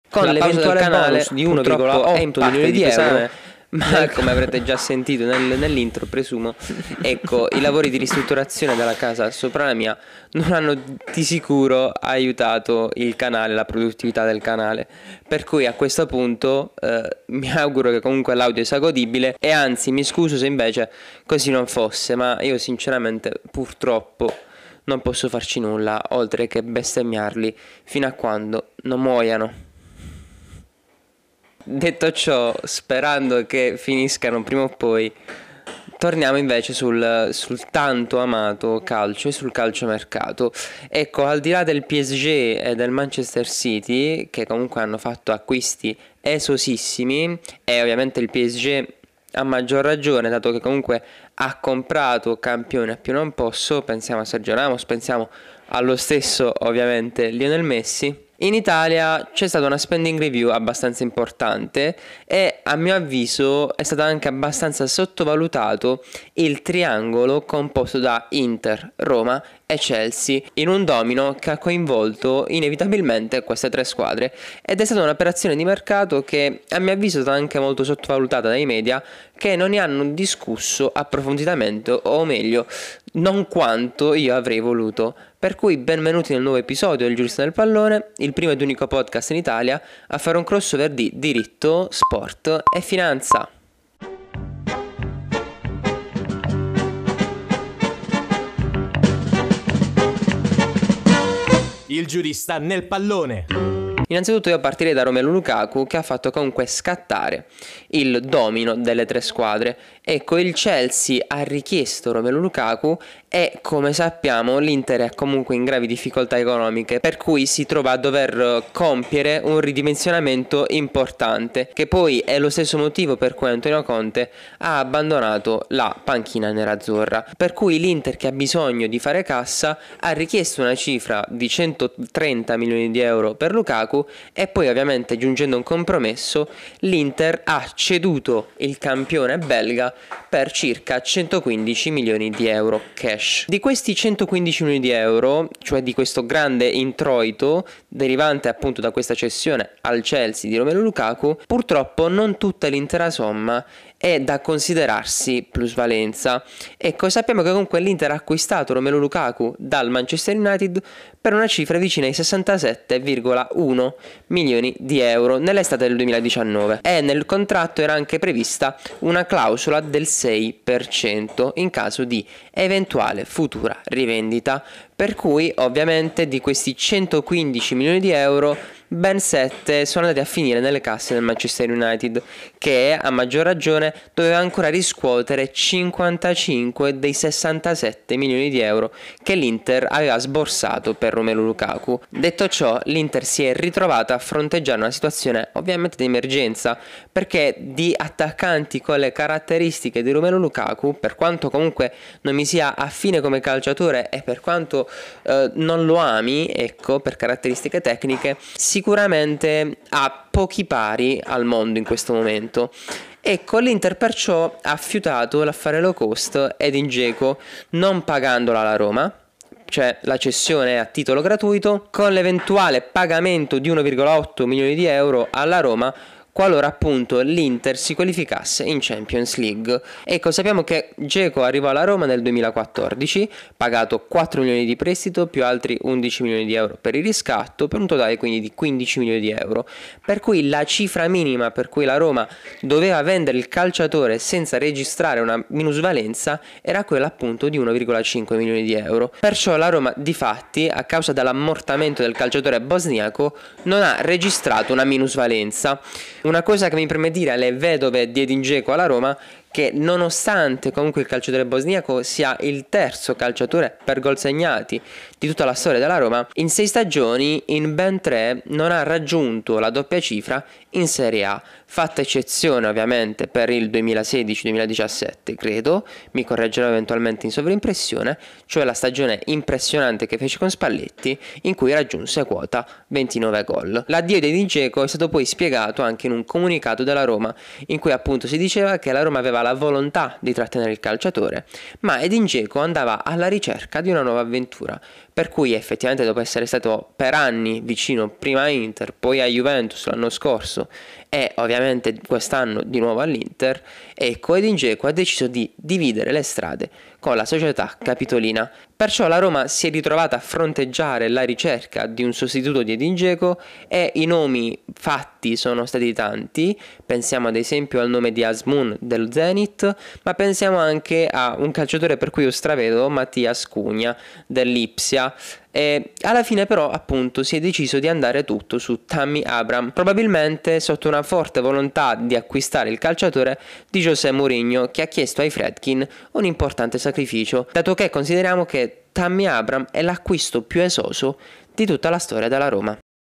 con l'eventuale bonus di 1,8 milioni di euro. Ma come avrete già sentito nell'intro, presumo, ecco, i lavori di ristrutturazione della casa sopra la mia non hanno di sicuro aiutato il canale, la produttività del canale, per cui a questo punto mi auguro che comunque l'audio sia godibile, e anzi mi scuso se invece così non fosse, ma io sinceramente purtroppo non posso farci nulla oltre che bestemmiarli fino a quando non muoiano. Detto ciò, sperando che finiscano prima o poi, torniamo invece sul tanto amato calcio e sul calciomercato. Ecco, al di là del PSG e del Manchester City, che comunque hanno fatto acquisti esosissimi, e ovviamente il PSG a maggior ragione, dato che comunque ha comprato campioni a più non posso, pensiamo a Sergio Ramos, pensiamo allo stesso ovviamente Lionel Messi. In Italia c'è stata una spending review abbastanza importante e a mio avviso è stato anche abbastanza sottovalutato il triangolo composto da Inter, Roma e Chelsea in un domino che ha coinvolto inevitabilmente queste tre squadre, ed è stata un'operazione di mercato che a mio avviso è stata anche molto sottovalutata dai media, che non ne hanno discusso approfonditamente, o meglio non quanto io avrei voluto. Per cui benvenuti nel nuovo episodio del Giurista del Pallone, il primo ed unico podcast in Italia a fare un crossover di diritto, sport e finanza. Il giurista nel pallone. Innanzitutto io partirei da Romelu Lukaku, che ha fatto comunque scattare il domino delle tre squadre. Ecco, il Chelsea ha richiesto Romelu Lukaku e, come sappiamo, l'Inter è comunque in gravi difficoltà economiche, per cui si trova a dover compiere un ridimensionamento importante, che poi è lo stesso motivo per cui Antonio Conte ha abbandonato la panchina nerazzurra. Per cui l'Inter, che ha bisogno di fare cassa, ha richiesto una cifra di 130 milioni di euro per Lukaku, e poi ovviamente, giungendo a un compromesso, l'Inter ha ceduto il campione belga per circa 115 milioni di euro cash. Di questi 115 milioni di euro, cioè di questo grande introito derivante appunto da questa cessione al Chelsea di Romelu Lukaku, purtroppo non tutta l'intera somma è da considerarsi plusvalenza. Ecco, sappiamo che comunque l'Inter ha acquistato Romelu Lukaku dal Manchester United per una cifra vicina ai 67,1 milioni di euro nell'estate del 2019, e nel contratto era anche prevista una clausola del 6% in caso di eventuale futura rivendita, per cui ovviamente di questi 115 milioni di euro ben 7 sono andati a finire nelle casse del Manchester United, che a maggior ragione doveva ancora riscuotere 55 dei 67 milioni di euro che l'Inter aveva sborsato per Romelu Lukaku. Detto ciò, l'Inter si è ritrovata a fronteggiare una situazione ovviamente di emergenza, perché di attaccanti con le caratteristiche di Romelu Lukaku, per quanto comunque non mi sia affine come calciatore e per quanto non lo ami, ecco, per caratteristiche tecniche, sicuramente ha pochi pari al mondo in questo momento. Ecco, l'Inter perciò ha fiutato l'affare low cost Edin Dzeko, non pagandola alla Roma, cioè la cessione è a titolo gratuito, con l'eventuale pagamento di 1,8 milioni di euro alla Roma qualora appunto l'Inter si qualificasse in Champions League. Ecco, sappiamo che Dzeko arrivò alla Roma nel 2014, pagato 4 milioni di prestito più altri 11 milioni di euro per il riscatto, per un totale quindi di 15 milioni di euro, per cui la cifra minima per cui la Roma doveva vendere il calciatore senza registrare una minusvalenza era quella appunto di 1,5 milioni di euro. Perciò la Roma di fatti, a causa dell'ammortamento del calciatore bosniaco, non ha registrato una minusvalenza. Una cosa che mi preme dire alle vedove di Edin Dzeko alla Roma, che nonostante comunque il calciatore bosniaco sia il terzo calciatore per gol segnati di tutta la storia della Roma, in 6 stagioni in ben 3 non ha raggiunto la doppia cifra in Serie A, fatta eccezione ovviamente per il 2016-2017 credo, mi correggerò eventualmente in sovraimpressione, cioè la stagione impressionante che fece con Spalletti, in cui raggiunse quota 29 gol. L'addio di Edin Dzeko è stato poi spiegato anche in un comunicato della Roma, in cui appunto si diceva che la Roma aveva la volontà di trattenere il calciatore, ma Edin Dzeko andava alla ricerca di una nuova avventura, per cui effettivamente dopo essere stato per anni vicino prima a Inter, poi a Juventus l'anno scorso e ovviamente quest'anno di nuovo all'Inter, ecco Edin Dzeko ha deciso di dividere le strade con la società capitolina. Perciò la Roma si è ritrovata a fronteggiare la ricerca di un sostituto di Edin Dzeko e i nomi fatti sono stati tanti. Pensiamo ad esempio al nome di Azmoun del Zenit, ma pensiamo anche a un calciatore per cui io stravedo, Mattias Cunha dell'Ipsia. E alla fine però appunto si è deciso di andare tutto su Tammy Abraham, probabilmente sotto una forte volontà di acquistare il calciatore di José Mourinho, che ha chiesto ai Friedkin un importante sacrificio, dato che consideriamo che Tammy Abraham è l'acquisto più esoso di tutta la storia della Roma.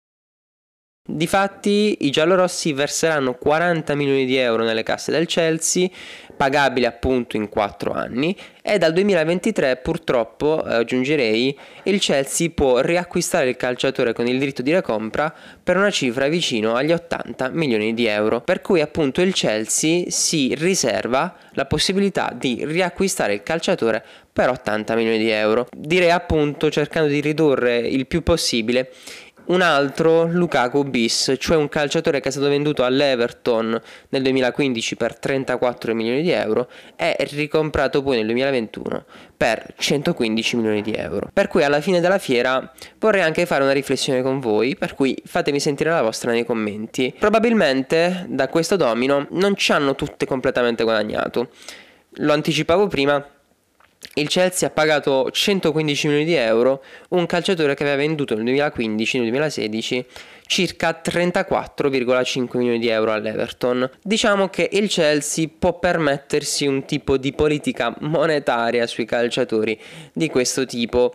Difatti i giallorossi verseranno 40 milioni di euro nelle casse del Chelsea, pagabili appunto in 4 anni, e dal 2023 purtroppo, aggiungerei, il Chelsea può riacquistare il calciatore con il diritto di recompra per una cifra vicino agli 80 milioni di euro, per cui appunto il Chelsea si riserva la possibilità di riacquistare il calciatore per 80 milioni di euro, direi appunto cercando di ridurre il più possibile un altro Lukaku bis, cioè un calciatore che è stato venduto all'Everton nel 2015 per 34 milioni di euro e ricomprato poi nel 2021 per 115 milioni di euro. Per cui alla fine della fiera vorrei anche fare una riflessione con voi, per cui fatemi sentire la vostra nei commenti. Probabilmente da questo domino non ci hanno tutte completamente guadagnato. Lo anticipavo prima. Il Chelsea ha pagato 115 milioni di euro, un calciatore che aveva venduto nel 2015 nel 2016 circa 34,5 milioni di euro all'Everton. Diciamo che il Chelsea può permettersi un tipo di politica monetaria sui calciatori di questo tipo.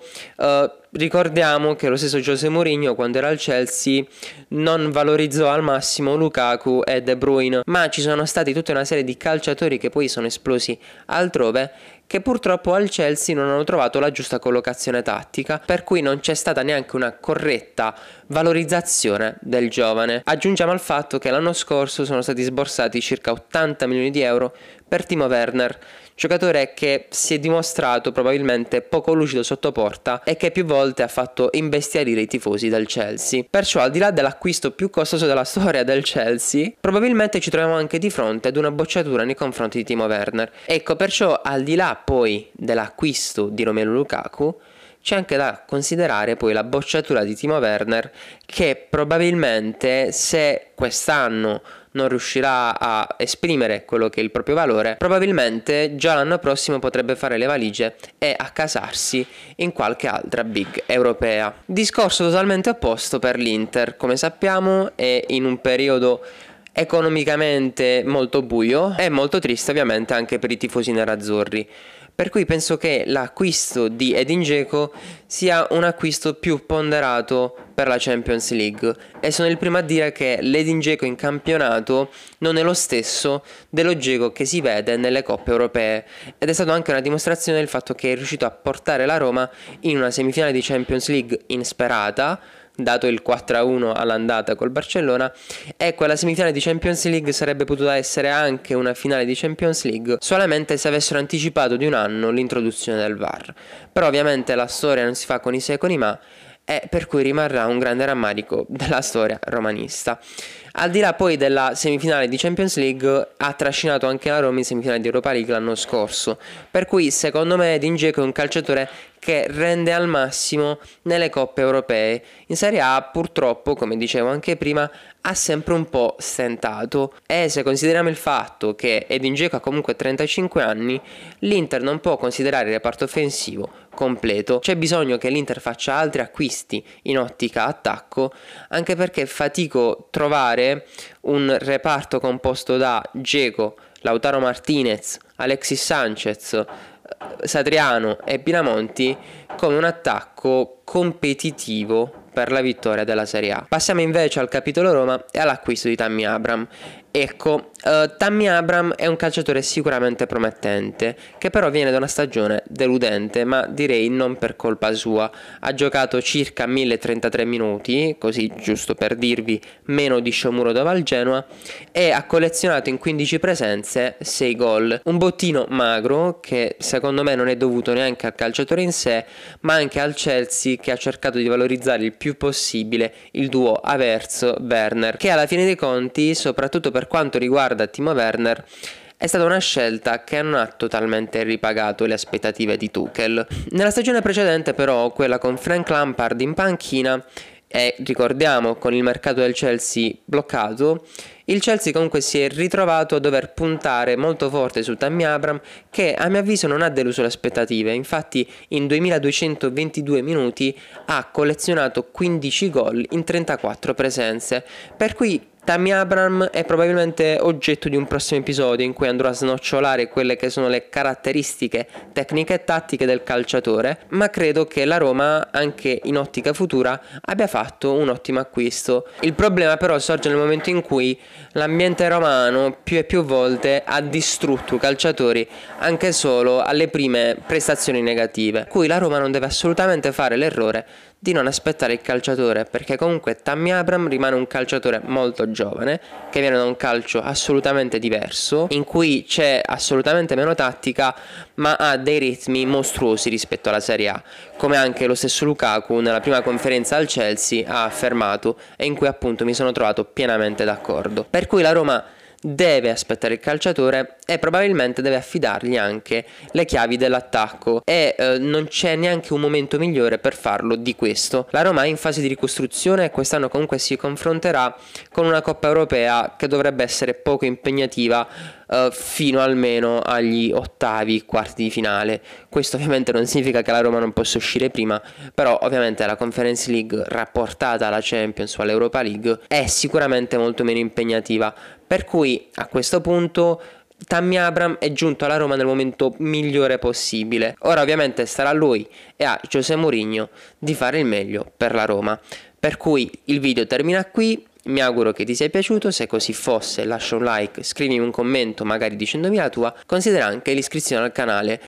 Ricordiamo che lo stesso José Mourinho, quando era al Chelsea, non valorizzò al massimo Lukaku e De Bruyne, ma ci sono stati tutta una serie di calciatori che poi sono esplosi altrove, che purtroppo al Chelsea non hanno trovato la giusta collocazione tattica, per cui non c'è stata neanche una corretta valorizzazione del giovane. Aggiungiamo al fatto che l'anno scorso sono stati sborsati circa 80 milioni di euro per Timo Werner, giocatore che si è dimostrato probabilmente poco lucido sotto porta e che più volte ha fatto imbestialire i tifosi del Chelsea. Perciò, al di là dell'acquisto più costoso della storia del Chelsea, probabilmente ci troviamo anche di fronte ad una bocciatura nei confronti di Timo Werner. Ecco, perciò al di là poi dell'acquisto di Romelu Lukaku, c'è anche da considerare poi la bocciatura di Timo Werner, che probabilmente, se quest'anno non riuscirà a esprimere quello che è il proprio valore, probabilmente già l'anno prossimo potrebbe fare le valigie e accasarsi in qualche altra big europea. Discorso totalmente opposto per l'Inter. Come sappiamo è in un periodo economicamente molto buio e molto triste ovviamente anche per i tifosi nerazzurri. Per cui penso che l'acquisto di Edin Dzeko sia un acquisto più ponderato per la Champions League, e sono il primo a dire che l'Edin Dzeko in campionato non è lo stesso dello Dzeko che si vede nelle coppe europee, ed è stata anche una dimostrazione del fatto che è riuscito a portare la Roma in una semifinale di Champions League insperata, dato il 4-1 all'andata col Barcellona, e quella semifinale di Champions League sarebbe potuta essere anche una finale di Champions League solamente se avessero anticipato di un anno l'introduzione del VAR. Però ovviamente la storia non si fa con i se e con i ma, e per cui rimarrà un grande rammarico della storia romanista. Al di là poi della semifinale di Champions League, ha trascinato anche la Roma in semifinale di Europa League l'anno scorso, per cui secondo me Edin Dzeko è un calciatore che rende al massimo nelle coppe europee. In Serie A purtroppo, come dicevo anche prima, ha sempre un po' stentato, e se consideriamo il fatto che Edin Dzeko ha comunque 35 anni, l'Inter non può considerare il reparto offensivo completo. C'è bisogno che l'Inter faccia altri acquisti in ottica attacco, anche perché fatico trovare un reparto composto da Dzeko, Lautaro Martinez, Alexis Sanchez, Satriano e Pinamonti come un attacco competitivo per la vittoria della Serie A. Passiamo invece al capitolo Roma e all'acquisto di Tammy Abraham. Ecco, Tammy Abraham è un calciatore sicuramente promettente, che però viene da una stagione deludente, ma direi non per colpa sua. Ha giocato circa 1033 minuti, così giusto per dirvi, meno di Shomurodov al Genoa, e ha collezionato in 15 presenze 6 gol. Un bottino magro che secondo me non è dovuto neanche al calciatore in sé, ma anche al Chelsea, che ha cercato di valorizzare il più possibile il duo Havertz-Werner, che alla fine dei conti, soprattutto per quanto riguarda Timo Werner, è stata una scelta che non ha totalmente ripagato le aspettative di Tuchel. Nella stagione precedente però, quella con Frank Lampard in panchina, e ricordiamo con il mercato del Chelsea bloccato, il Chelsea comunque si è ritrovato a dover puntare molto forte su Tammy Abraham, che a mio avviso non ha deluso le aspettative. Infatti in 2222 minuti ha collezionato 15 gol in 34 presenze, per cui Tammy Abraham è probabilmente oggetto di un prossimo episodio in cui andrò a snocciolare quelle che sono le caratteristiche tecniche e tattiche del calciatore, ma credo che la Roma, anche in ottica futura, abbia fatto un ottimo acquisto. Il problema però sorge nel momento in cui l'ambiente romano più e più volte ha distrutto i calciatori anche solo alle prime prestazioni negative, cui la Roma non deve assolutamente fare l'errore di non aspettare il calciatore, perché comunque Tammy Abraham rimane un calciatore molto giovane, che viene da un calcio assolutamente diverso, in cui c'è assolutamente meno tattica, ma ha dei ritmi mostruosi rispetto alla Serie A, come anche lo stesso Lukaku nella prima conferenza al Chelsea ha affermato, e in cui appunto mi sono trovato pienamente d'accordo. Per cui la Roma deve aspettare il calciatore e probabilmente deve affidargli anche le chiavi dell'attacco, e non c'è neanche un momento migliore per farlo di questo. La Roma è in fase di ricostruzione e quest'anno comunque si confronterà con una Coppa Europea che dovrebbe essere poco impegnativa, fino almeno agli ottavi, quarti di finale. Questo ovviamente non significa che la Roma non possa uscire prima, però ovviamente la Conference League rapportata alla Champions o all'Europa League è sicuramente molto meno impegnativa, per cui a questo punto Tammy Abraham è giunto alla Roma nel momento migliore possibile. Ora ovviamente sarà a lui e a José Mourinho di fare il meglio per la Roma. Per cui il video termina qui. Mi auguro che ti sia piaciuto, se così fosse lascia un like, scrivimi un commento magari dicendomi la tua, considera anche l'iscrizione al canale